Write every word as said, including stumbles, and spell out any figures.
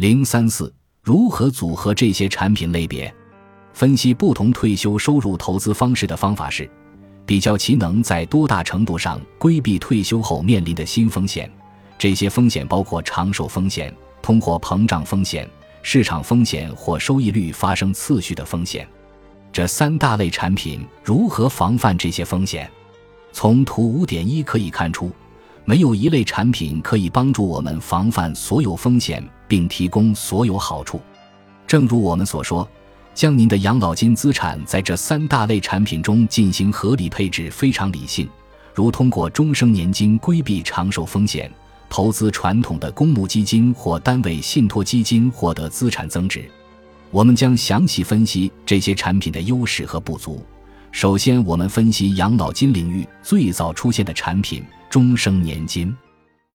零三四如何组合这些产品类别？分析不同退休收入投资方式的方法是，比较其能在多大程度上规避退休后面临的新风险。这些风险包括长寿风险、通货膨胀风险、市场风险或收益率发生次序的风险。这三大类产品如何防范这些风险？从图 五点一 可以看出，没有一类产品可以帮助我们防范所有风险并提供所有好处。正如我们所说，将您的养老金资产在这三大类产品中进行合理配置非常理性，如通过终生年金规避长寿风险，投资传统的公募基金或单位信托基金获得资产增值。我们将详细分析这些产品的优势和不足。首先，我们分析养老金领域最早出现的产品——终生年金。